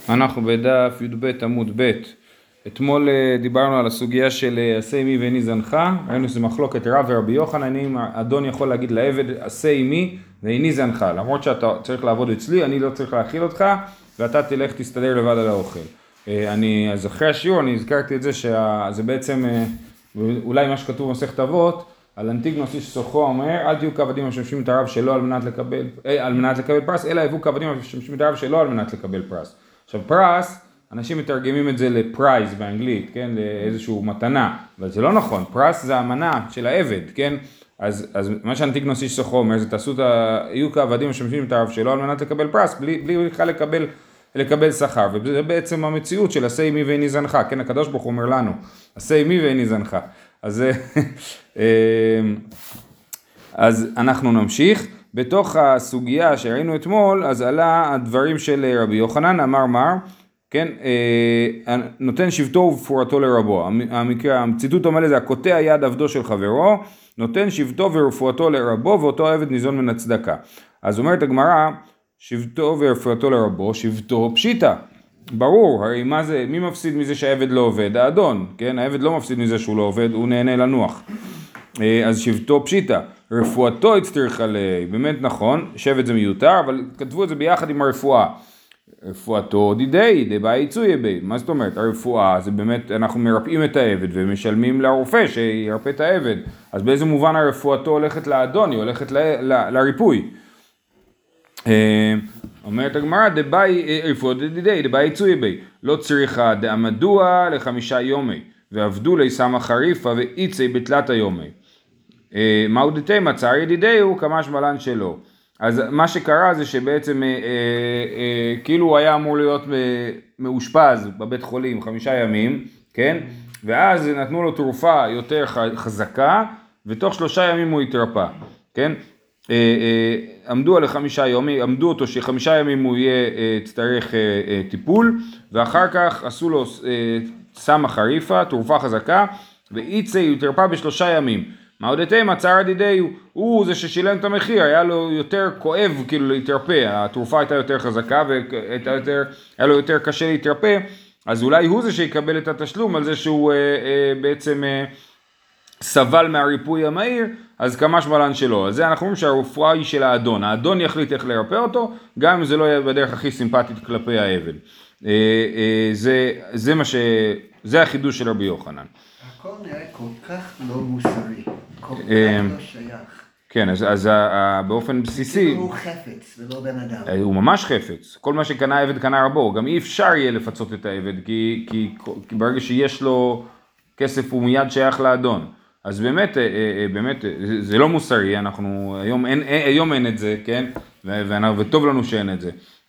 אנחנו בדף י"ב עמוד ב'. אתמול דיברנו על הסוגיה של עשה עמי ואיני זנך. ראינו שזה מחלוקת רב ורבי יוחנן, אם אדון יכול להגיד לעבד עשה עמי ואיני זנך, למרות שאתה צריך לעבוד אצלי, אני לא צריך להאכיל אותך ואתה תלך תסתדר לבד על האוכל. אז אחרי השיעור אני הזכרתי את זה שזה בעצם אולי מה שכתוב במסכת אבות על אנטיגנוס איש סוחו, אומר אל תהיו כעבדים המשמשים את הרב שלא על מנת לקבל פרס, אלא יהיו כעבדים המשמשים את הרב שלא על מנת לקבל פרס. עכשיו פרס, אנשים מתרגמים את זה לפרייז באנגלית, כן, לאיזשהו מתנה, אבל זה לא נכון, פרס זה המנה של העבד, כן, אז מה שאנטיגנוס איש סוחו אומר, זה תעשו יהיו כעבדים המשמשים את הרב שלא על מנת לקבל פרס, בלי בכלל לקבל שכר, וזה בעצם המציאות של עשה עמי ואיני זנך, כן, הקדוש ברוך הוא אומר לנו, עשה עמי ואיני זנך, אז אנחנו נמשיך. בתוך הסוגיה שראינו אתמול, אז עלה הדברים של רבי יוחנן, אמר מר, כן, נותן שבטו ופורתו לרבו. הציטוט אומר לזה, הקוטע יד עבדו של חברו, נותן שבטו ורפואתו לרבו, ואותו עבד ניזון מן הצדקה. אז אומרת הגמרא, שבטו ורפואתו לרבו, שבטו פשיטה. ברור, הרי מה זה, מי מפסיד מזה שהעבד לא עובד? האדון, כן, העבד לא מפסיד מזה שהוא לא עובד, הוא נהנה לנוח. אז שבטו פשיטה, רפואתו הצטריך עלי, באמת נכון, שבט זה מיותר, אבל כתבו את זה ביחד עם הרפואה. רפואתו דידי, דבאי יצוי בי, מה זאת אומרת? הרפואה זה באמת, אנחנו מרפאים את העבד ומשלמים לרופא שירפא את העבד, אז באיזה מובן הרפואתו הולכת לאדון, היא הולכת לריפוי. אומרת הגמרא, רפואתו דידי, דבאי יצוי בי, לא צריכה דעמדוה ל5 יומי, ועבדו לי שמה חריפה ואיצי בתלת היומי. מהו דתי מצר ידידהו כמה שמלן שלו. אז מה שקרה זה שבעצם כאילו הוא היה אמור להיות מאושפז בבית חולים 5 ימים, כן? ואז נתנו לו תרופה יותר חזקה, ותוך 3 ימים הוא התרפא, כן? עמדו על 5 ימים, עמדו אותו ש5 ימים הוא יהיה צריך טיפול, ואחר כך עשו לו שמה חריפה, תרופה חזקה, ואיצי הוא התרפא ב3 ימים. מה עוד אתם? הצער ידידהו, הוא זה ששילם את המחיר, היה לו יותר כואב כאילו להתרפא, התרופה הייתה יותר חזקה והיה לו יותר קשה להתרפא, אז אולי הוא זה שיקבל את התשלום על זה שהוא בעצם סבל מהריפוי המהיר, אז כמה שמלן שלו. אז זה אנחנו אומרים שהרפואה היא של האדון, האדון יחליט איך לרפא אותו, גם אם זה לא יהיה בדרך הכי סימפטית כלפי העבד. זה החידוש של רבי יוחנן. הכל נראה כל כך לא מוסרי, כל כך לא שייך. כן, אז באופן בסיסי... הוא חפץ ולא בן אדם. הוא ממש חפץ. כל מה שקנה העבד קנה רבו. גם אי אפשר יהיה לפצות את העבד, כי ברגע שיש לו כסף הוא מיד שייך לאדון. אז באמת, זה לא מוסרי, אנחנו היום אין את זה, כן? וטוב לנו שאין את זה.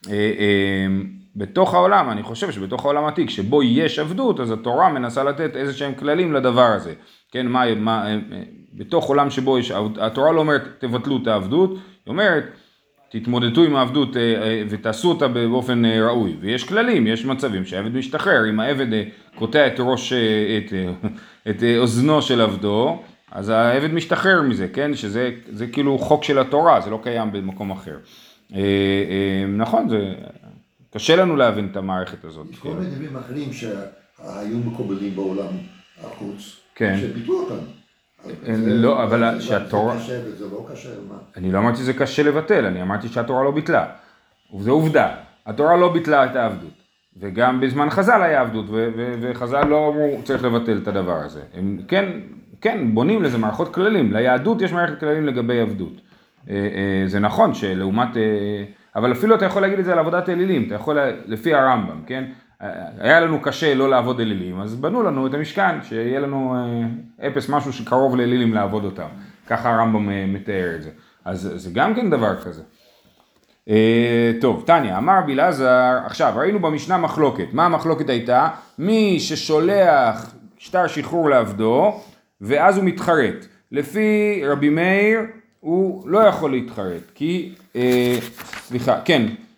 בתוך העולם, אני חושב שבתוך העולם העתיק, שבו יש עבדות, אז התורה מנסה לתת איזה שהם כללים לדבר הזה. כן, בתוך עולם שבו יש, התורה לא אומרת תבטלו את העבדות, היא אומרת תתמודדו עם העבדות ותעשו אותה באופן ראוי. ויש כללים, יש מצבים שהעבד משתחרר, אם העבד קוטע את את אוזנו של עבדו, אז העבד משתחרר מזה, כן, שזה כאילו חוק של התורה, זה לא קיים במקום אחר. נכון, זה... קשה לנו להבין את המערכת הזאת. יש כל מיני דברים אחרים שהיו מקובלים בעולם החוץ, שביטלו אותם. לא, אבל שהתורה... זה קשה וזה לא קשה, מה? אני לא אמרתי שזה קשה לבטל, אני אמרתי שהתורה לא ביטלה. וזה עובדה, התורה לא ביטלה את העבדות. וגם בזמן חז"ל היה עבדות, וחז"ל לא אמרו צריך לבטל את הדבר הזה. הם כן, בונים לזה מערכות כללים. ליהדות יש מערכת כללים לגבי עבדות. זה נכון שלעומת... אבל אפילו אתה יכול להגיד את זה על עבודת אלילים, אתה יכול לפי הרמב"ם, כן? היה לנו קשה לא לעבוד אלילים, אז בנו לנו את המשכן, שיהיה לנו אפס משהו שקרוב לאלילים לעבוד אותם. ככה הרמב"ם מתאר את זה. אז זה גם כן דבר כזה. טוב, תניא, אמר רבי אלעזר, עכשיו ראינו במשנה מחלוקת. מה המחלוקת הייתה? מי ששולח שטר שחרור לעבדו, ואז הוא מתחרט. לפי רבי מאיר, הוא לא יכול להתחרט, כי, סליחה, כן,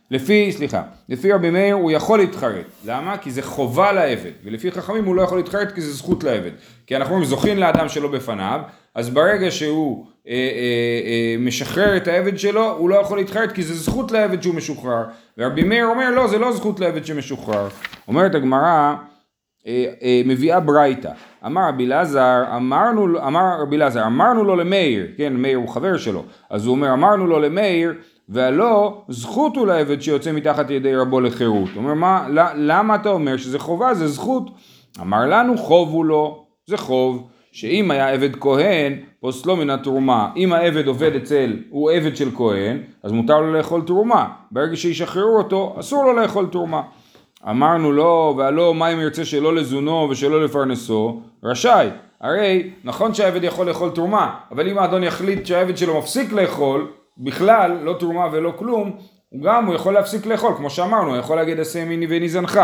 לפי רבי מאיר הוא יכול להתחרט. למה? כי זה חובה לעבד, ולפי חכמים הוא לא יכול להתחרט כי זה זכות לעבד. כי אנחנו זוכים לאדם שלא בפניו, אז ברגע שהוא משחרר את העבד שלו, הוא לא יכול להתחרט כי זה זכות לעבד שהוא משוחרר. ורבי מאיר אומר לא, זה לא זכות לעבד שמשוחרר. אומרת הגמרא, מביאה ברייתא. אמר רבי אלעזר, אמרנו לו למאיר, כן, מאיר הוא חבר שלו, אז הוא אומר, אמרנו לו למאיר, והלא זכות הוא לעבד שיוצא מתחת ידי רבו לחירות. הוא אומר, למה אתה אומר שזה חובה, זה זכות? אמר לנו, חוב הוא לא, זה חוב, שאם היה עבד כהן, פוסלו מן התרומה. אם העבד עובד הוא עבד של כהן, אז מותר לו לאכול תרומה. ברגע שישחררו אותו, אסור לו לאכול תרומה. אמרנו לו, והלא מה אם ירצה שלא לזונו ושלא לפרנסו, רשאי. הרי נכון שהעבד יכול לאכול תרומה, אבל אם האדון יחליט שהעבד שלו מפסיק לאכול, בכלל, לא תרומה ולא כלום, הוא יכול להפסיק לאכול, כמו שאמרנו, הוא יכול להגיד עשה מיני וניזנך.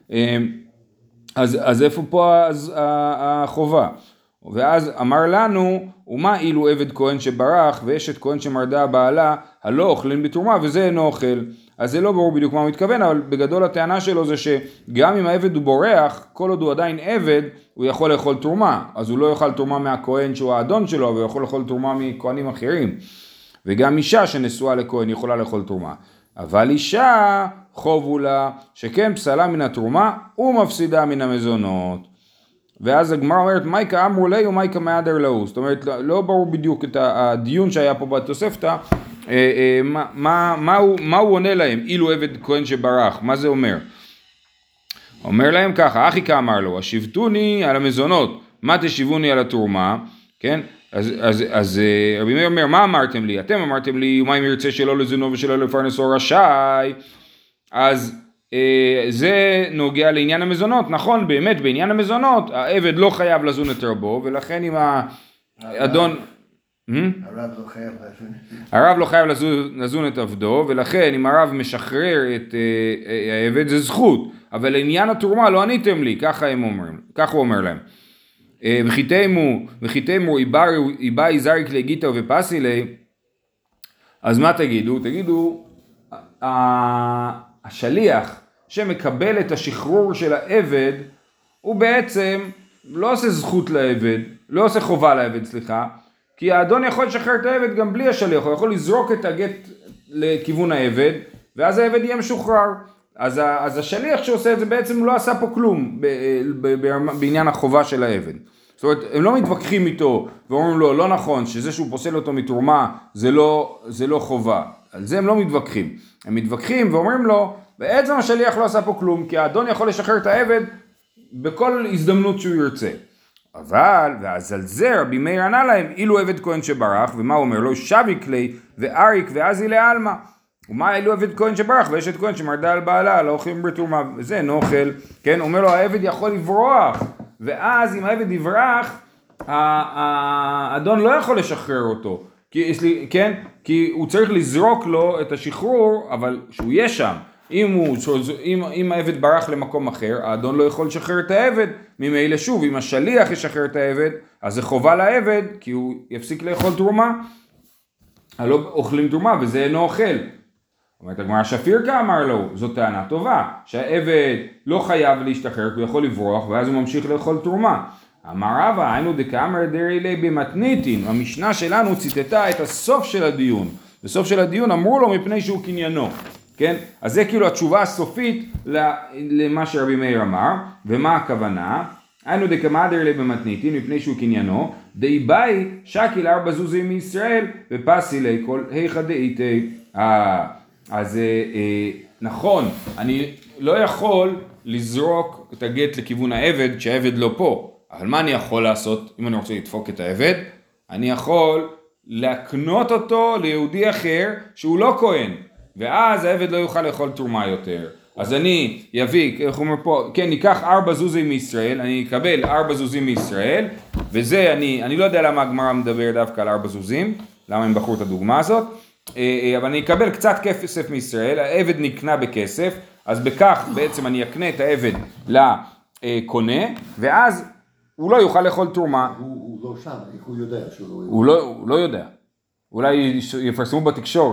אז איפה פה החובה? ואז אמר לנו, ומה אילו עבד כהן שברח, ואשת כהן שמרדה בעלה, הלא אוכלים בתרומה, וזה אינו אוכל. אז זה לא ברור בדיוק מה הוא מתכוון, אבל בגדול הטענה שלו זה שגם אם העבד הוא בורח, כל עוד הוא עדיין עבד, הוא יכול לאכול תרומה. אז הוא לא יאכל תרומה מהכהן שהוא האדון שלו, אבל הוא יכול לאכול תרומה מכהנים אחרים. וגם אישה שנשואה לכהן יכולה לאכול תרומה. אבל אישה חובו לה, שכן פסלה מן התרומה ומפסידה מן המזונות. ואז הגמרא אומרת, מייקה אמרו לי ומייקה מהדר לאו. זאת אומרת, לא ברור בדיוק את הדיון שהיה פה בתוספתא, מה הוא עונה להם, אילו עבד כהן שברח, מה זה אומר? אומר להם ככה, אחיקה אמר לו, השיבתוני על המזונות, מה תשיבוני על התרומה, כן? אז רבי מאיר אומר, מה אמרתם לי? אתם אמרתם לי, ומה אם ירצה שלא לזונו ושלא לפרנסו רשאי? אז זה נוגע לעניין המזונות, נכון, באמת בעניין המזונות, העבד לא חייב לזון את רבו, ולכן אם האדון... הרב לא חייב לזון את עבדו, ולכן אם הרב משחרר את העבד זה זכות, אבל לעניין התרומה לא עניתם לי, ככה הוא אומר להם. וחיתמו איבאי זריק לגיטה ופסילי, אז מה תגידו? תגידו, השליח שמקבל את השחרור של העבד, הוא בעצם לא עושה זכות לעבד, לא עושה חובה לעבד, סליחה, כי האדון יכול לשחרר את העבד גם בלי השליח, הוא יכול לזרוק את הגט לכיוון העבד, ואז העבד יהיה משוחרר. אז השליח שעושה את זה בעצם לא עשה פה כלום בעניין החובה של העבד. זאת אומרת, הם לא מתווכחים איתו ואומרים לו, לא נכון, שזה שהוא פוסל אותו מתרומה, זה לא חובה. על זה הם לא מתווכחים. הם מתווכחים ואומרים לו, בעצם השליח לא עשה פה כלום, כי האדון יכול לשחרר את העבד בכל הזדמנות שהוא ירצה. אבל, ואז על זה רבי מאיר ענה להם, אילו עבד כהן שברח, ומה הוא אומר לו? שביק לי ואריק ואזי לעלמא. ומה אילו עבד כהן שברח ואשת כהן שמרדה על בעלה, לא אוכלים בתרומה, וזה אינו אוכל, כן? אומר לו, העבד יכול לברוח, ואז אם העבד יברח, האדון לא יכול לשחרר אותו, כן? כי הוא צריך לזרוק לו את השחרור, אבל שהוא יהיה שם. אם העבד ברח למקום אחר, האדון לא יכול לשחרר את העבד, ממילא שוב, אם השליח ישחרר את העבד, אז זה חובה לעבד, כי הוא יפסיק לאכול תרומה, לא אוכלים תרומה, וזה אינו אוכל. אומרת הגמרא, שפירקה אמר לו, זאת טענה טובה, שהעבד לא חייב להשתחרר, הוא יכול לברוח, ואז הוא ממשיך לאכול תרומה. אמר רבא, היינו דקאמר דרי לי במתניתין, המשנה שלנו ציטטה את הסוף של הדיון, בסוף של הדיון אמרו לו מפני שהוא קניינו, כן? אז זה כאילו התשובה הסופית למה שרבי מאיר אמר, ומה הכוונה? היינו דקאמר דרי לי במתניתין, מפני שהוא קניינו, די ביי שקיל 4 זוזים מישראל, ופסי לי כל היכא דאיתי. אז נכון, אני לא יכול לזרוק את הגט לכיוון העבד כשהעבד לא פה, אבל מה אני יכול לעשות אם אני רוצה לדפוק את העבד? אני יכול להקנות אותו ליהודי אחר שהוא לא כהן, ואז העבד לא יוכל לאכול תרומה יותר. אז אני יביא, איך אומר פה, כן, ניקח 4 זוזים מישראל, אני אקבל 4 זוזים מישראל, וזה אני לא יודע למה הגמרא מדבר דווקא על 4 זוזים, למה הם בחרו את הדוגמה הזאת, אבל אני אקבל קצת כסף מישראל, העבד נקנה בכסף, אז בכך בעצם אני אקנה את העבד לקונה, ואז הוא לא יוכל לאכול תרומה. הוא לא שם, איך הוא יודע שהוא הוא לא יודע. אולי יפרסמו בתקשורת,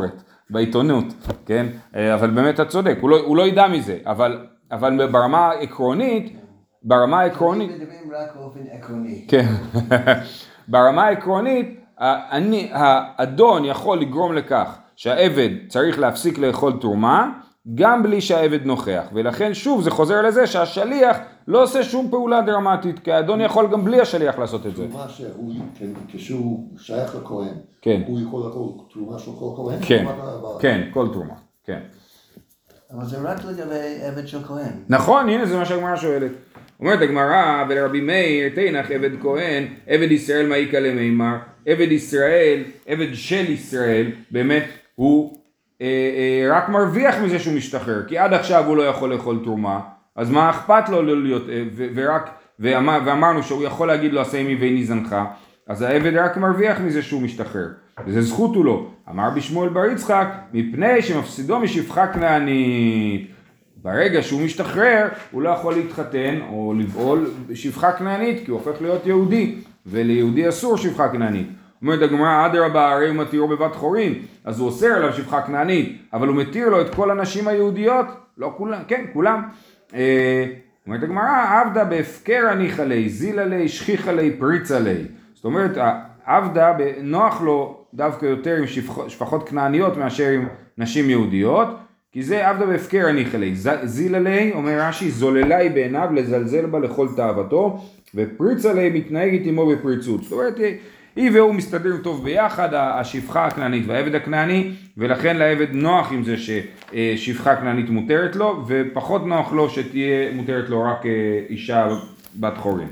בעיתונות, כן? אבל באמת אתה צודק, הוא לא ידע מזה, אבל ברמה העקרונית, מדברים רק באופן עקרוני. כן, ברמה העקרונית, האדון יכול לגרום לכך שהעבד צריך להפסיק לאכול תרומה, גם בלי שהעבד נוכח, ולכן שוב זה חוזר לזה שהשליח לא עושה שום פעולה דרמטית, כי האדון יכול גם בלי השליח לעשות את זה. תרומה כשהוא שייך לכהן, כן. הוא יכול לאכול תרומה של כל כהן? כן, כל תרומה, כן. אבל זה רק לגבי עבד של כהן. נכון, הנה זה מה שהגמרא שואלת. אומרת הגמרא, ולרבי מאיר תנח עבד כהן, עבד ישראל מעיקה למימר, עבד ישראל, עבד של ישראל, באמת הוא רק מרוויח מזה שהוא משתחרר, כי עד עכשיו הוא לא יכול לאכול תרומה, אז מה אכפת לו להיות, ואמרנו שהוא יכול להגיד לו עשה עמי ואיני זנך, אז העבד רק מרוויח מזה שהוא משתחרר, וזה זכות הוא לא. אמר בשמואל בר יצחק, מפני שמפסידו משפחה כנענית. ברגע שהוא משתחרר, הוא לא יכול להתחתן או לבעול שפחה כנענית, כי הוא הופך להיות יהודי, וליהודי אסור שפחה כנענית. אומרת הגמרא, אדרבה, הרי הוא מתירו בבת חורין, אז הוא אוסר עליו שפחה כנענית, אבל הוא מתיר לו את כל הנשים היהודיות, לא כולם, כן, כולם. אומרת הגמרא, עבדה בהפקר הניחא לי, זילה לי, שכיחה לי, פריצה לי. זאת אומרת, עבדה נוח לו דווקא יותר עם שפחות כנעניות מאשר עם נשים יהודיות, כי זה עבדה בהפקר הניחא לי. זילה לי, אומר רש"י, זוללה היא בעיניו לזלזל בה לכל תאוותו, ופריצה לי מתנהגת עמו בפריצות. זאת אומרת, היא והוא מסתדרים טוב ביחד, השפחה הכנענית והעבד הכנעני, ולכן לעבד נוח עם זה ששפחה כנענית מותרת לו, ופחות נוח לו שתהיה מותרת לו רק אישה בת חורין.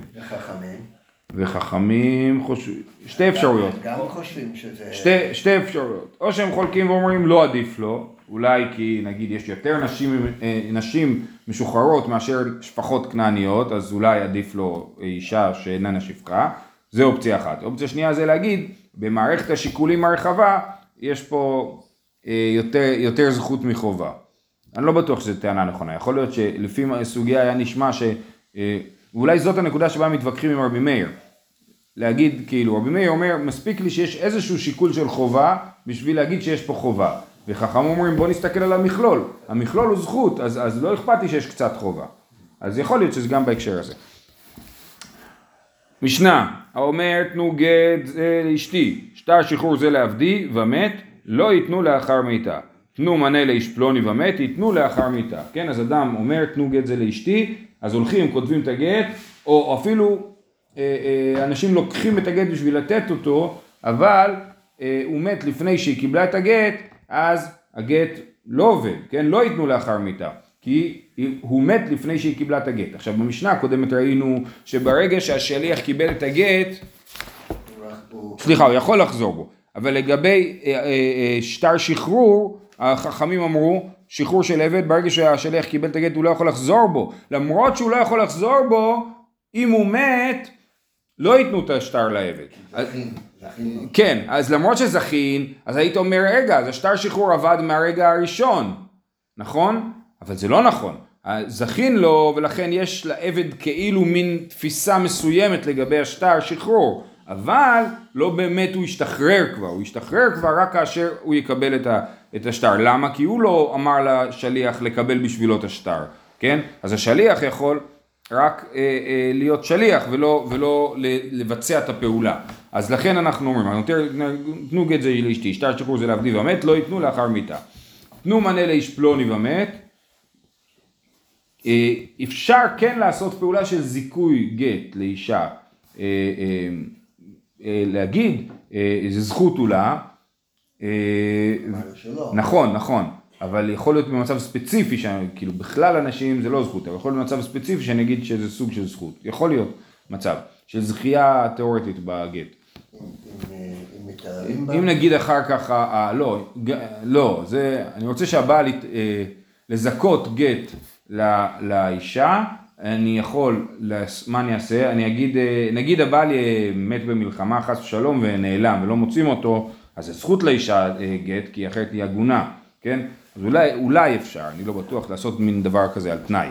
וחכמים חושבים, שתי אפשרויות. גם חושבים שזה... שתי אפשרויות. או שהם חולקים ואומרים לא עדיף לו, אולי כי נגיד יש יותר נשים משוחררות מאשר שפחות כנעניות, אז אולי עדיף לו אישה שאיננה שפחה. זה אופציה אחת. אופציה שנייה זה להגיד, במערכת השיקולים הרחבה, יש פה יותר זכות מחובה. אני לא בטוח שזו טענה נכונה. יכול להיות שלפי הסוגיה היה נשמע ואולי זאת הנקודה שבה מתווכחים עם רבי מאיר. להגיד, כאילו, רבי מאיר אומר, מספיק לי שיש איזשהו שיקול של חובה, בשביל להגיד שיש פה חובה. וחכם אומרים, בוא נסתכל על המכלול. המכלול הוא זכות, אז לא אכפת לי שיש קצת חובה. אז יכול להיות שזה גם בהקשר הזה. משנה, האומר תנו גט זה לאשתי, שטר שחרור זה לעבדי ומת, לא ייתנו לאחר מיתה. תנו מנה לאיש פלוני ומת, ייתנו לאחר מיתה. כן, אז אדם אומר תנו גט זה לאשתי, אז הולכים, כותבים את הגט, או אפילו אנשים לוקחים את הגט בשביל לתת אותו, אבל הוא מת לפני שהיא קיבלה את הגט, אז הגט לא עובד, כן, לא ייתנו לאחר מיתה. כי הוא מת לפני שהיא קיבלה את הגט. עכשיו במשנה הקודמת ראינו שברגע שהשליח קיבל את הגט, סליחה, הוא יכול לחזור בו, אבל לגבי שטר שחרור, החכמים אמרו, שחרור של עבד, ברגע שהשליח קיבל את הגט הוא לא יכול לחזור בו, למרות שהוא לא יכול לחזור בו, אם הוא מת, לא ייתנו את השטר לעבד. זכין. כן, אז למרות שזכין, אז היית אומר, רגע, אז השטר שחרור עבד מהרגע הראשון, נכון? אבל זה לא נכון, זכין לו ולכן יש לעבד כאילו מין תפיסה מסוימת לגבי השטר שחרור, אבל לא באמת הוא ישתחרר כבר, הוא ישתחרר כבר רק כאשר הוא יקבל את השטר. למה? כי הוא לא אמר לשליח לקבל בשבילו את השטר, כן? אז השליח יכול רק להיות שליח ולא לבצע את הפעולה. אז לכן אנחנו אומרים, תנו גט זה לאשתי, שטר שחרור זה לעבדי ומת, לא ייתנו לאחר מיתה. תנו מנה לאיש פלוני ומת, אפשר כן לעשות פעולה של זיכוי גט לאישה, להגיד, זה זכות אולה, נכון, אבל יכול להיות במצב ספציפי, כאילו בכלל אנשים זה לא זכות, אבל יכול להיות במצב ספציפי שאני אגיד שזה סוג של זכות, יכול להיות מצב של זכייה תיאורטית בגט. אם נגיד אחר כך, לא, אני רוצה שהבעל לזכות גט לאישה, אני יכול, מה אני אעשה? אני אגיד, נגיד הבעל מת במלחמה חס ושלום ונעלם ולא מוצאים אותו, אז זה זכות לאישה גט, כי אחרת היא עגונה, כן? אז אולי אפשר, אני לא בטוח לעשות מין דבר כזה על תנאי.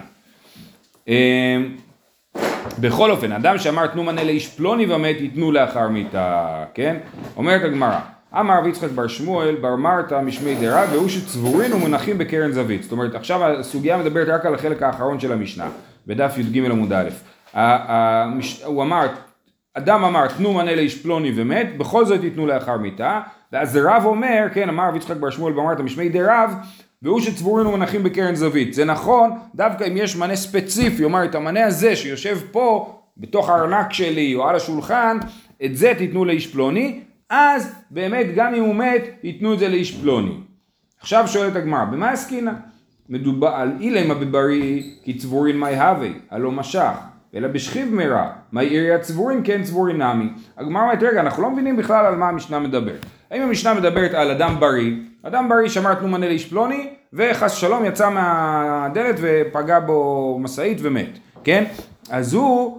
בכל אופן, אדם שאמר תנו מנה לאיש פלוני ומת, ייתנו לאחר מיתה, כן? אומרת הגמרא, אמר רב יצחק בר שמואל בר מרתא משמי דרב והוא שצבורין ומונחים בקרן זווית. זאת אומרת עכשיו הסוגיה מדברת רק על החלק האחרון של המשנה בדף י"ג עמוד א'. הוא אמר, אדם אמר תנו מנה לאיש פלוני ומת, בכל זאת יתנו לאחר מיתה, ואז רב אומר, כן, אמר רב יצחק בר שמואל בר מרתא משמי דרב והוא שצבורין ומונחים בקרן זווית. זה נכון דווקא אם יש מנה ספציפי, אומר את המנה הזה שיושב פה בתוך הארנק שלי או על השולחן, את זה תיתנו לאיש פלוני, אז באמת גם אם הוא מת ייתנו את זה לאיש פלוני. עכשיו שואלת הגמרא, במה עסקינן? מדובר על אילמה בבריא כי צבורין מאי הווי, הלא משך, אלא בשכיב מרע, מאי עיריית צבורין כן צבורין נמי. הגמרא אומרת, רגע, אנחנו לא מבינים בכלל על מה המשנה מדברת. האם המשנה מדברת על אדם בריא? אדם בריא שאמר תנו מנה לאיש פלוני, וחס שלום יצא מהדלת ופגע בו משאית ומת, כן? אז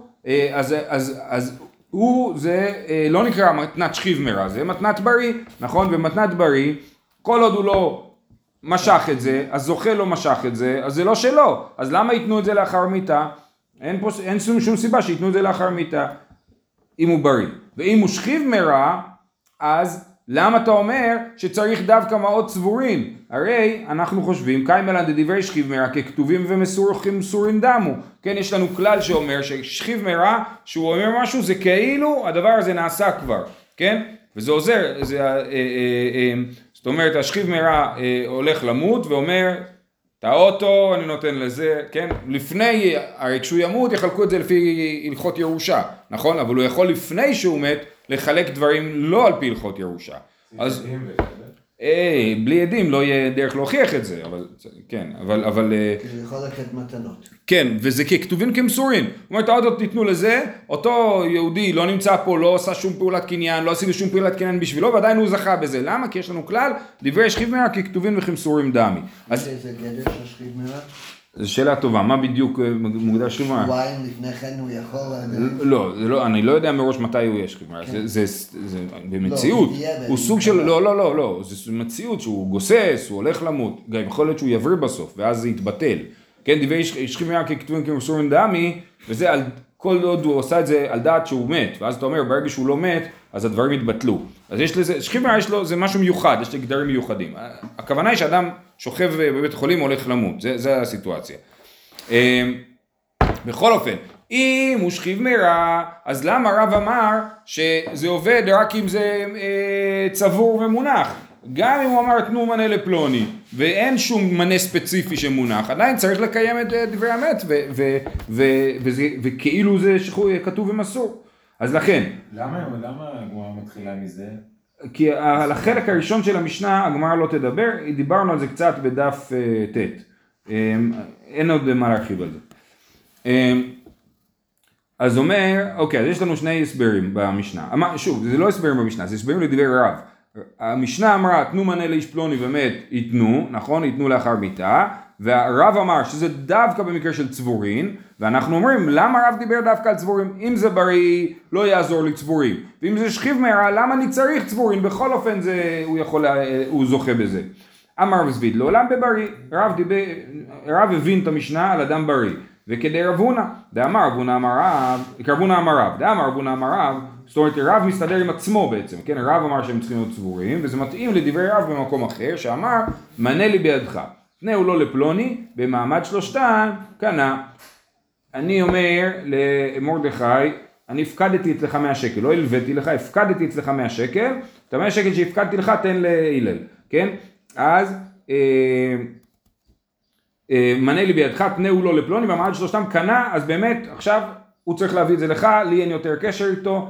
הוא זה לא נקרא מתנת שכיב מרע, זה מתנת בריא, נכון? ומתנת בריא, כל עוד הוא לא משך את זה, אז זוכה לא משך את זה, אז זה לא שלו. אז למה ייתנו את זה לאחר מיתה? אין שום סיבה שיתנו את זה לאחר מיתה, אם הוא בריא. ואם הוא שכיב מרע, אז למה אתה אומר שצריך דווקא מעות צבורים? הרי אנחנו חושבים, קיימלן דדברי שכיב מרע ככתובים ומסורים דמו. כן, יש לנו כלל שאומר ששכיב מרע, שהוא אומר משהו, זה כאילו הדבר הזה נעשה כבר, כן? וזה עוזר, זאת אומרת, השכיב מרע הולך למות ואומר, את האוטו אני נותן לזה, כן? לפני, הרי כשהוא ימות יחלקו את זה לפי הלכות ירושה, נכון? אבל הוא יכול לפני שהוא מת לחלק דברים לא על פי הלכות ירושה. אז בלי עדים לא יהיה דרך להוכיח את זה, אבל כן, אבל כי הוא יכול לתת מתנות. כן, וזה ככתובים כמסורים. זאת אומרת, האוטו תיתנו לזה, אותו יהודי לא נמצא פה, לא עשה שום פעולת קניין, לא עשינו שום פעולת קניין בשבילו, ועדיין הוא זכה בזה. למה? כי יש לנו כלל, דברי שכיב מרע ככתובים וכמסורים דמי. זה גדר של שכיב מרע? זו שאלה טובה, מה בדיוק מוגדר שכיב מרע? שבועיים לפני כן הוא יכול... לא, אני לא יודע מראש מתי הוא יש שכיב מרע, זה במציאות, הוא סוג של, לא, זה מציאות שהוא גוסס, הוא הולך למות, גם יכול להיות שהוא יבריא בסוף, ואז זה יתבטל. כן, דברי שכיב מרע ככתובים כמסורים דמי, וזה על כל עוד הוא עושה את זה על דעת שהוא מת, ואז אתה אומר, ברגע שהוא לא מת, אז הדברים יתבטלו. אז יש לזה, שכיב מרע יש לו, זה משהו מיוחד, יש גדרים מיוחדים. הכוונה היא שאדם שוכב בבית החולים הולך למות, זה הסיטואציה. בכל אופן, אם הוא שכיב מרע, אז למה הרב אמר שזה עובד רק אם זה צבור ומונח? גם אם הוא אמר תנו מנה לפלוני, ואין שום מנה ספציפי שמונח, עדיין צריך לקיים את דברי המת, וכאילו זה כתוב ומסור. אז לכן... למה הגמרא מתחילה מזה? כי על החלק הראשון של המשנה הגמרא לא תדבר, דיברנו על זה קצת בדף ט', אין עוד מה להרחיב על זה. אז אומר, אוקיי, אז יש לנו שני הסברים במשנה. שוב, זה לא הסברים במשנה, זה הסברים לדברי רב. המשנה אמרה, תנו מנה לאיש פלוני ומת, ייתנו, נכון? ייתנו לאחר מיתה, והרב אמר שזה דווקא במקרה של צבורין, ואנחנו אומרים, למה הרב דיבר דווקא על צבורין? אם זה בריא, לא יעזור לי צבורין. ואם זה שכיב מרע, למה אני צריך צבורין? בכל אופן הוא זוכה בזה. אמר רב זביד, לעולם בבריא, רב הבין את המשנה על אדם בריא. וכדי רב הונא, דאמר רב הונא אמר רב, דאמר רב הונא אמר רב, זאת אומרת רב מסתדר עם עצמו בעצם, כן, רב אמר שהם צריכים להיות צבורים, וזה מתאים לדברי רב במקום אחר, שאמר, מנה לי בידך, תנהו לו לפלוני, במעמד שלושתן, קנה. אני אומר למרדכי, אני הפקדתי אצלך 100 שקל, לא הלוויתי לך, הפקדתי אצלך 100 שקל, את 100 שקל שהפקדתי לך תן להילל, כן? אז מנה לי בידך, תנהו לו לפלוני, במעמד שלושתם קנה, אז באמת עכשיו הוא צריך להביא את זה לך, לי אין יותר קשר איתו,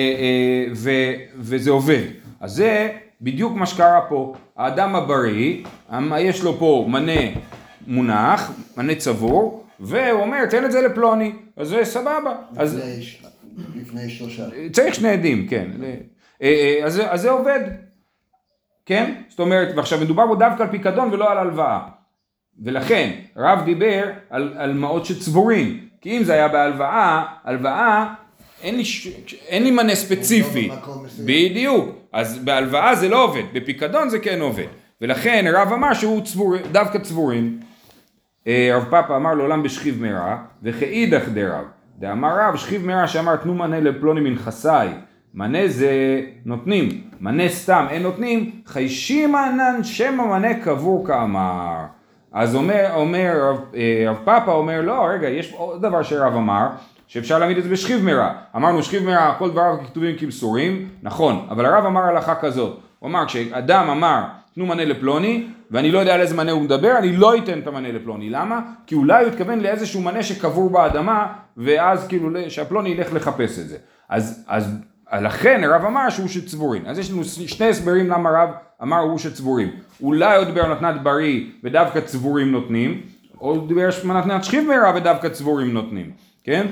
וזה עובד. אז זה בדיוק מה שקרה פה, האדם הבריא, יש לו פה מנה מונח, מנה צבור, והוא אומר תן את זה לפלוני, אז זה סבבה. לפני שלושה. צריך שני עדים, כן. אז זה עובד, כן? זאת אומרת, ועכשיו מדובר בו דווקא על פיקדון ולא על הלוואה. ולכן רב דיבר על מעות שצבורים, כי אם זה היה בהלוואה, אין לי מנה ספציפי, בדיוק, אז בהלוואה זה לא עובד, בפיקדון זה כן עובד, ולכן רב אמר שהוא דווקא צבורים. רב פאפה אמר לעולם בשכיב מרע, וכאידך דרב, דאמר רב שכיב מרע שאמר תנו מנה לפלוני מנכסי, מנה זה נותנים, מנה סתם אין נותנים, חיישים ענן שם המנה קבור כאמר. אז אומר רב פאפא אומר, לא, רגע, יש עוד דבר שרב אמר, שאפשר להעמיד את זה בשכיב מרע. אמרנו שכיב מרע, כל דבריו כתובים כמסורים, נכון, אבל הרב אמר הלכה כזאת. הוא אמר, כשאדם אמר, תנו מנה לפלוני, ואני לא יודע על איזה מנה הוא מדבר, אני לא אתן את המנה לפלוני. למה? כי אולי הוא התכוון לאיזשהו מנה שקבור באדמה, ואז כאילו שהפלוני ילך לחפש את זה. אז לכן הרב אמר שהוא שצבורין. אז יש לנו שני הסברים למה הרב אמר הוא שצבורין. אולי הוא דיבר על מתנת בריא ודווקא צבורים נותנים, או הוא דיבר על מתנת שכיב מרע ודווקא צבורים נותנים. כן?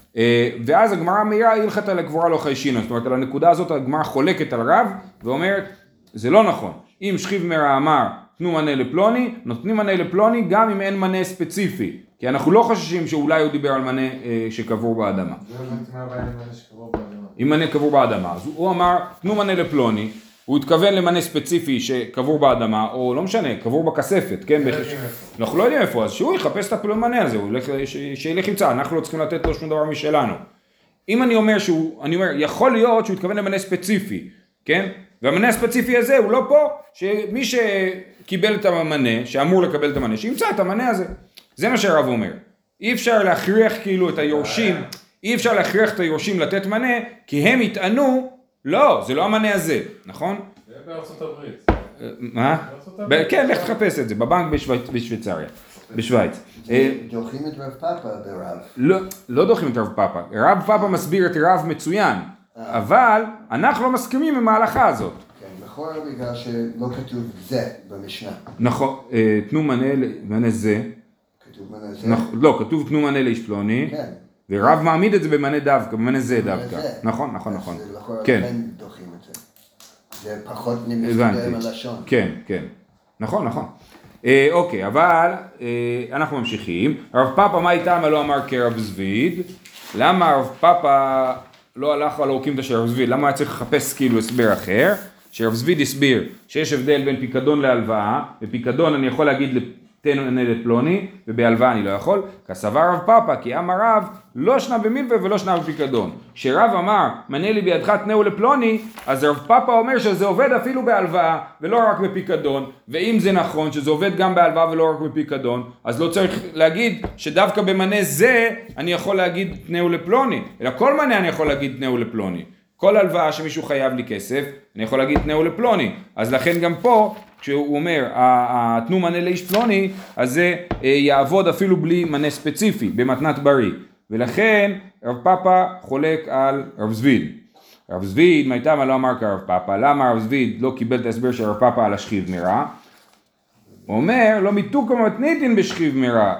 ואז הגמרא מאירה הלכת על הגבורה לא חיישינו. זאת אומרת, על הנקודה הזאת הגמרא חולקת על רב, ואומרת, זה לא נכון. אם שכיב מרע אמר, תנו מנה לפלוני, נותנים מנה לפלוני גם אם אין מנה ספציפי. כי אנחנו לא חוששים שאולי הוא דיבר על מנה שקבור באדמה. זה לא הבנתי מה הבעיה עם מנה שקבור באדמה. אם מנה קבור באדמה, אז הוא אמר, תנו מנה לפלוני, הוא התכוון למנה ספציפי שקבור באדמה, או לא משנה, קבור בכספת, כן? אנחנו לא יודעים איפה, אז שהוא יחפש את המנה הזה, שילך ימצא, אנחנו לא צריכים לתת לו שום דבר משלנו. אם אני אומר יכול להיות שהוא התכוון למנה ספציפי, כן? והמנה הספציפי הזה הוא לא פה, שמי שקיבל את המנה, שאמור לקבל את המנה, שימצא את המנה הזה. זה מה שהרב אומר. אי אפשר להכריח כאילו את היורשים, אי אפשר להכריח את היורשים לתת מנה, כי הם יטענו, לא, זה לא המנה הזה, נכון? זה בארצות הברית. מה? כן, לך תחפש את זה, בבנק בשוויצריה, בשוויץ. דוחים את רב פאפא ברב. לא דוחים את רב פאפא, רב פאפא מסביר את רב מצוין, אבל אנחנו לא מסכימים עם ההלכה הזאת. כן, נכון, בגלל שלא כתוב זה במשנה. נכון, תנו מנה זה. כתוב מנה זה? לא, כתוב תנו מנה לאיש פלוני. כן. ורב מעמיד את זה במנה דווקא, במנה זה דווקא. נכון. אז לכן דוחים את זה. זה פחות מסתדר עם הלשון. כן. נכון. אוקיי, אבל אנחנו ממשיכים. הרב פאפא מה איתם לא אמר כרב זביד? למה הרב פאפא לא הלך על האוקימתא של רב זביד? למה היה צריך לחפש כאילו הסבר אחר? שרב זביד הסביר שיש הבדל בין פיקדון להלוואה, בפיקדון אני יכול להגיד תן מנה לפלוני, ובהלוואה אני לא יכול, כסבר רב פאפא, כי אמר רב, לא שנה במילווה ולא שנה בפיקדון. כשרב אמר, מנה לי בידך תנהו לפלוני, אז רב פאפא אומר שזה עובד אפילו בהלוואה, ולא רק בפיקדון, ואם זה נכון שזה עובד גם בהלוואה ולא רק בפיקדון, אז לא צריך להגיד שדווקא במנה זה, אני יכול להגיד תנהו לפלוני, אלא כל מנה אני יכול להגיד תנהו לפלוני. כל הלוואה שמישהו חייב לי כסף, אני יכול להגיד תנהו לפלוני. אז לכן גם פה, כשהוא אומר, תנו מנה לאיש פלוני, אז זה יעבוד אפילו בלי מנה ספציפי, במתנת בריא. ולכן רב פאפא חולק על רב זביד. רב זביד, מה לא אמר כרב פאפא? למה רב זביד לא קיבל את ההסבר של רב פאפא על השכיב מרע? הוא אומר, לא מיתוק המתניתין בשכיב מרע.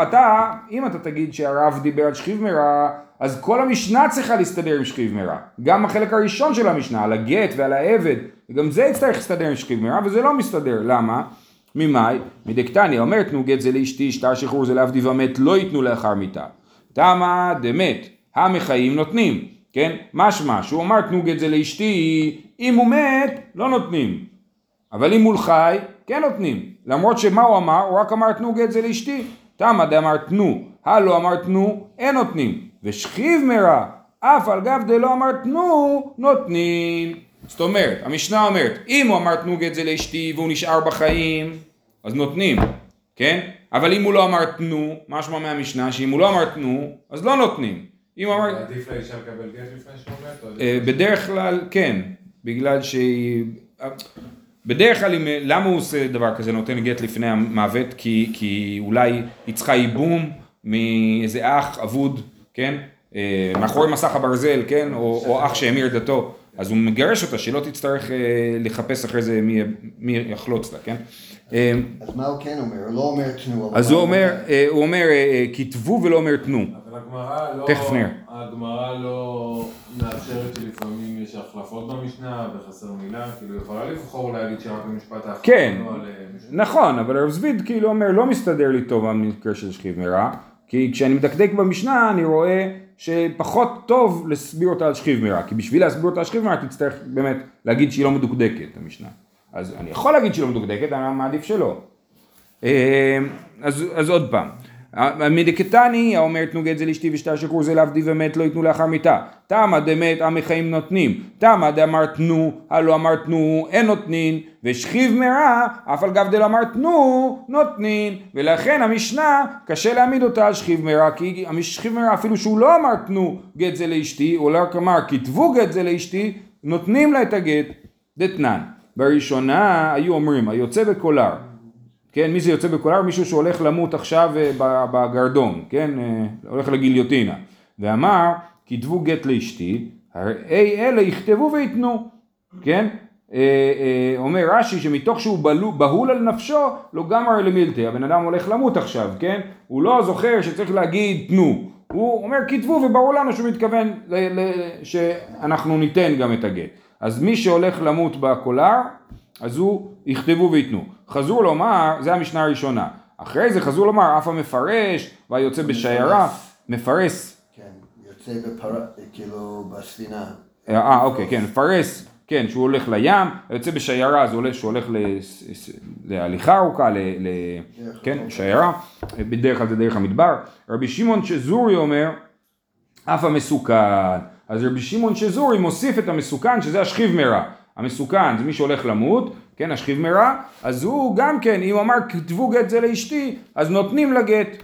אם אתה תגיד שהרב דיבר על שכיב מרע, אז כל המשנה צריכה להסתדר עם שכיב מרע. גם החלק הראשון של המשנה, על הגט ועל העבד, וגם זה יצטרך להסתדר עם שכיב מרע, וזה לא מסתדר. למה? ממאי? מדקתניא, אומר תנו גט זה לאשתי, שטר שחרור זה לעבדי ומת, לא ייתנו לאחר מיתה. תמה דמת, המחיים נותנים, כן? משמע, שהוא אמר תנו גט זה לאשתי, אם הוא מת, לא נותנים. אבל אם הוא חי, כן נותנים. למרות שמה הוא אמר? הוא רק אמר תנו גט זה לאשתי. תמה דאמר תנו, הלא אמר תנו, אין נותנים. ושכיב מרע, אף על גב דלא אמר תנו, נותנים. זאת אומרת, המשנה אומרת, אם הוא אמר תנו גט זה לאשתי והוא נשאר בחיים, אז נותנים, כן? אבל אם הוא לא אמר תנו, משמע מהמשנה, שאם הוא לא אמר תנו, אז לא נותנים. אם הוא אמר... עדיף לאישה לקבל גט לפני שהוא מת? בדרך כלל, כן. בגלל שהיא... בדרך כלל, למה הוא עושה דבר כזה, נותן גט לפני המוות? כי אולי היא צריכה ייבום מאיזה אח אבוד, כן? מאחורי מסך הברזל, כן? או אח שהמיר דתו. אז הוא מגרש אותה, שלא תצטרך לחפש אחרי זה מי יחלוץ לה, כן? אז מה הוא כן אומר? הוא לא אומר תנו. אז הוא אומר, כתבו ולא אומר תנו. אבל הגמרא לא... תכף נראה. הגמרא לא מאפשרת שלפעמים יש החלפות במשנה וחסר מילה, כאילו יכולה לבחור להגיד שרק המשפט האחרון. כן, נכון, אבל הרב זביד כאילו אומר, לא מסתדר לי טוב המקרה של שכיב מרע, כי כשאני מדקדק במשנה אני רואה שפחות טוב להסביר אותה על שכיב מרע, כי בשביל להסביר אותה על שכיב מרע תצטרך באמת להגיד שהיא לא מדוקדקת המשנה. אז אני יכול להגיד שהיא לא מדוקדקת, אני מעדיף שלא. אז עוד פעם, מדקתני, האומר תנו גט זה לאשתי ושטר שכור זה לעבדי ומת לא יתנו לאחר מיתה. תמה דמת עמי חיים נותנים, תמה דאמר תנו, הלא אמר תנו אין נותנין, ושכיב מרע, אף על גב דלא אמר תנו נותנין, ולכן המשנה קשה להעמיד אותה על שכיב מרע, כי שכיב מרע אפילו שהוא לא אמר תנו גט זה לאשתי, או רק אמר כתבו גט זה לאשתי, נותנים לה את הגט. דתנן, בראשונה היו אומרים, היוצא בקולר, כן, מי זה יוצא בקולר? מישהו שהולך למות עכשיו בגרדום, כן, הולך לגיליוטינה, ואמר, כתבו גט לאשתי, הרי אלה יכתבו ויתנו, כן, אומר רש"י שמתוך שהוא בהול על נפשו, לא גמר למילתא, הבן אדם הולך למות עכשיו, כן, הוא לא זוכר שצריך להגיד תנו, הוא אומר כתבו וברור לנו שהוא מתכוון שאנחנו ניתן גם את הגט, אז מי שהולך למות בקולר, אז הוא יכתבו ויתנו. חזרו לומר, זה המשנה הראשונה. אחרי זה חזרו לומר, אף המפרש, והיוצא בשיירה, מפרס. כן, יוצא כאילו בספינה. אוקיי, כן, מפרס, כן, שהוא הולך לים, היוצא בשיירה, זה שהוא הולך להליכה ארוכה, כן, שיירה, בדרך כלל זה דרך המדבר. רבי שמעון שזורי אומר, אף המסוכן. אז רבי שמעון שזורי מוסיף את המסוכן, שזה השכיב מרע. המסוכן זה מי שהולך למות, כן, השכיב מרע, אז הוא גם כן, אם הוא אמר כתבו גט זה לאשתי, אז נותנים לגט.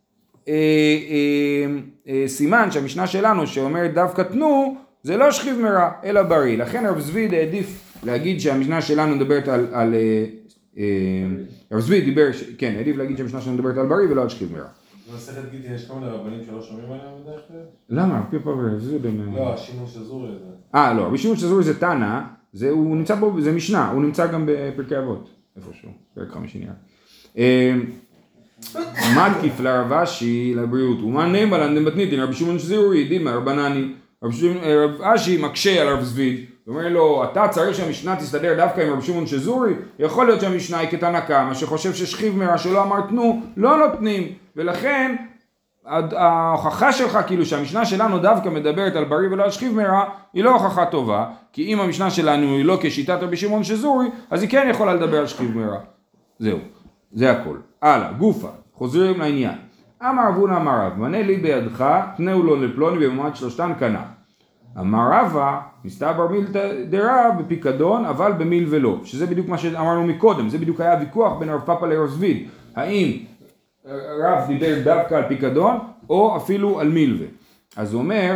סימן שהמשנה שלנו שאומרת דווקא תנו, זה לא שכיב מרע, אלא בריא. לכן רב זביד העדיף להגיד שהמשנה שלנו מדברת על רב זביד דיבר, כן, העדיף להגיד שהמשנה שלנו מדברת על בריא ולא על שכיב מרע. במסכת גיטין יש כל מיני רבנים שלא שומעים עליהם בדרך כלל? למה? על פי רב זביד לא, השימוש הזורי הזה. לא, השימוש הזורי זה תנא, הוא נמצא בו, זה משנה, הוא נמצא גם בפרקי אבות, איפשהו, פרק 5 נראה. מדקיף לרב אשי לבריאות, ומה נאמר לנדם בתניתין, רבי שמעון שזורי, דימה, רבנני, רב אשי מקשה על רב זביד, הוא אומר לו, אתה צריך שהמשנה תסתדר דווקא עם רבי שמעון שזורי, יכול להיות שהמשנה היא כתנא קמא, שחושב ששכיב מרע שלא אמר תנו, לא נותנים, ולכן ההוכחה שלך כאילו שהמשנה שלנו דווקא מדברת על בריא ולא על שכיב מרע היא לא הוכחה טובה, כי אם המשנה שלנו היא לא כשיטת רבי שמעון שזורי, אז היא כן יכולה לדבר על שכיב מרע. זהו, זה הכל. הלאה, גופה, חוזרים לעניין. אמר רבונה אמר רב, מנה לי בידך, תנאו לו לפלוני במעמד שלושתן קנה. אמר רבא, מסתבר מילתא דרב בפיקדון, אבל במיל ולא, שזה בדיוק מה שאמרנו מקודם, זה בדיוק היה ויכוח בין רב פאפא לרב זביד, האם רב דיבר דווקא על פיקדון, או אפילו על מילווה. אז הוא אומר,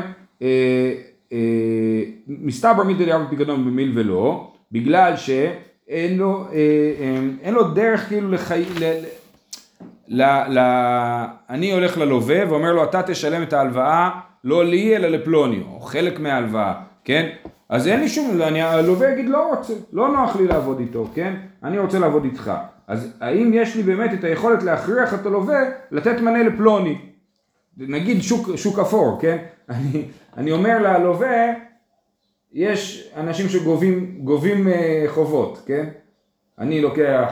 מסתבר מילתא דרב בפיקדון במיל ולא, בגלל שאין לו דרך כאילו אני הולך ללווה ואומר לו, אתה תשלם את ההלוואה, לא לי אלא לפלוני, או חלק מההלוואה, כן? אז אין לי שום, הלווה יגיד לא רוצה, לא נוח לי לעבוד איתו, כן? אני רוצה לעבוד איתך. אז האם יש לי באמת את היכולת להכריח את הלווה לתת מנה לפלוני? נגיד שוק אפור, כן? אני אומר ללווה, יש אנשים שגובים חובות, כן? אני לוקח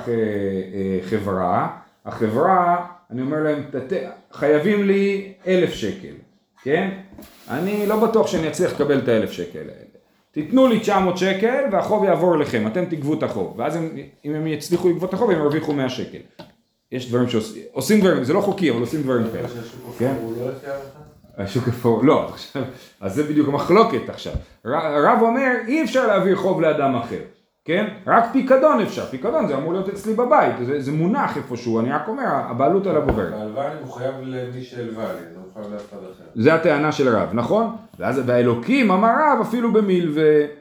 חברה, החברה, אני אומר להם, חייבים לי 1,000 שקל, כן? אני לא בטוח שאני אצליח לקבל את 1,000 שקל האלה. תיתנו לי 900 שקל והחוב יעבור לכם, אתם תגבו את החוב, ואז אם הם יצליחו לגבות את החוב, הם ירוויחו 100 שקל. יש דברים שעושים דברים, זה לא חוקי, אבל עושים דברים כאלה. הוא לא יפתיע לך? השוק אפור, לא, עכשיו, אז זה בדיוק המחלוקת עכשיו. הרב אומר, אי אפשר להעביר חוב לאדם אחר, כן? רק פיקדון אפשר, פיקדון זה אמור להיות אצלי בבית, זה מונח איפשהו, אני רק אומר, הבעלות עליו עוברת. ההלוואה אני מחויב למי שהלווה לי, לא מחויב לאף אחד אחר. זה הטענה של הרב, נכון? ואז באלוקים אמר רב אפילו במיל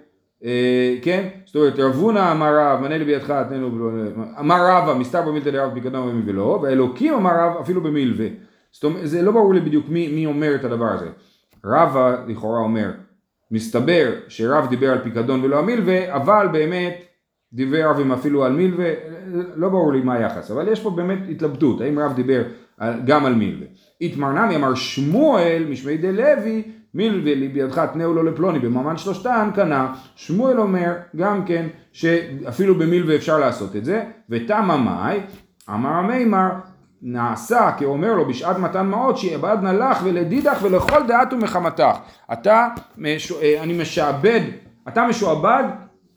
כן? זאת אומרת, רבונה אמר רב, מנה לי בידך, אמר רב, מסתבר במילתא דרב פיקדון במיל ולא, והאלוקים אמר רב אפילו במילווה. זאת אומרת, זה לא ברור לי בדיוק מי אומר את הדבר הזה. רבא לכאורה אומר, מסתבר שרב דיבר על פיקדון ולא על מילווה, אבל באמת דיבר רב אפילו על מילווה, לא ברור לי מה היחס, אבל יש פה באמת התלבטות, האם רב דיבר גם על מילווה. התמרנמי אמר שמואל משמעי דלוי, מילווה לי בידך תנאו לו לפלוני במעמד שלושתן קנה, שמואל אומר גם כן שאפילו במילווה אפשר לעשות את זה, ותמה מאי, אמר המימר, נעשה כאומר לו בשעת מתן מעות שיעבדנה לך ולדידך ולכל דעת ומחמתך. אני משעבד, אתה משועבד,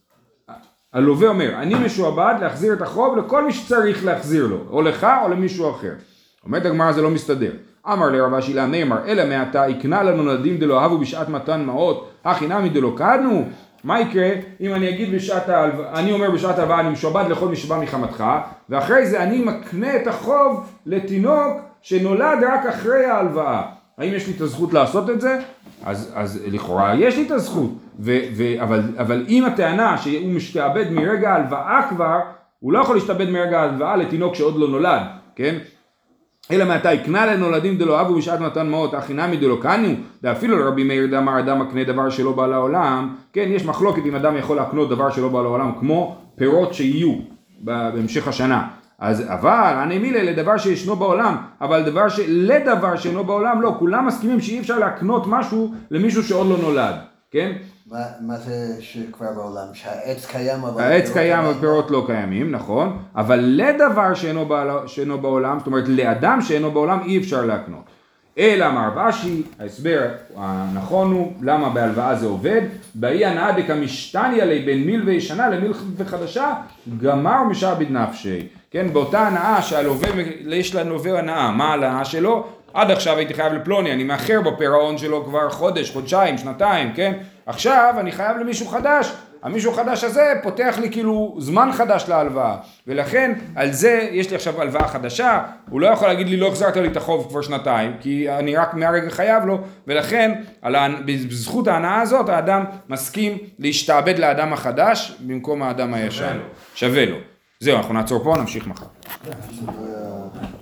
הלווה אומר, אני משועבד להחזיר את החוב לכל מי שצריך להחזיר לו, או לך או למישהו אחר. אומרת הגמרא זה לא מסתדר. אמר לרב אשי לה נאמר, אלא מעתה יקנה לנו נולדים דלא אהבו בשעת מתן מעות, הכי נמי דלא קדנו. מה יקרה אם אני אגיד אני אומר בשעת ההלוואה אני משועבד לכל מי שבא מחמתך, ואחרי זה אני מקנה את החוב לתינוק שנולד רק אחרי ההלוואה. האם יש לי את הזכות לעשות את זה? אז לכאורה יש לי את הזכות, אבל אם הטענה שהוא משתעבד מרגע ההלוואה כבר, הוא לא יכול להשתעבד מרגע ההלוואה לתינוק שעוד לא נולד, כן? אלא מעתה יקנה לנולדים דלא אהבו בשעת מתן מעות, הכי נמי דלא קנו, ואפילו לרבי מאיר דאמר אדם מקנה דבר שלא בא לעולם, כן, יש מחלוקת אם אדם יכול להקנות דבר שלא בא לעולם, כמו פירות שיהיו בהמשך השנה. אבל אני מילה לדבר שישנו בעולם, אבל לדבר שאינו בעולם לא, כולם מסכימים שאי אפשר להקנות משהו למישהו שעוד לא נולד, כן? מה זה שכבר בעולם? שהעץ קיים אבל העץ קיים אבל פירות לא קיימים, נכון? אבל לדבר שאינו בעולם, זאת אומרת לאדם שאינו בעולם אי אפשר להקנות. אלא אמר רב אשי, ההסבר הנכון הוא למה בהלוואה זה עובד, באי הנאה דקמשתניה לי בין מילווה ישנה למילווה חדשה, גמר משעבד נפשי. כן, באותה הנאה יש ללווה הנאה, מה ההנאה שלו? עד עכשיו הייתי חייב לפלוני, אני מאחר בפירעון שלו כבר חודש, חודשיים, שנתיים, כן? עכשיו אני חייב למישהו חדש, המישהו חדש הזה פותח לי כאילו זמן חדש להלוואה, ולכן על זה יש לי עכשיו הלוואה חדשה, הוא לא יכול להגיד לי לא החזרת לי את החוב כבר שנתיים, כי אני רק מהרגע חייב לו, ולכן בזכות ההנאה הזאת האדם מסכים להשתעבד לאדם החדש במקום האדם הישן. שווה לו. זהו, אנחנו נעצור פה, נמשיך מחר.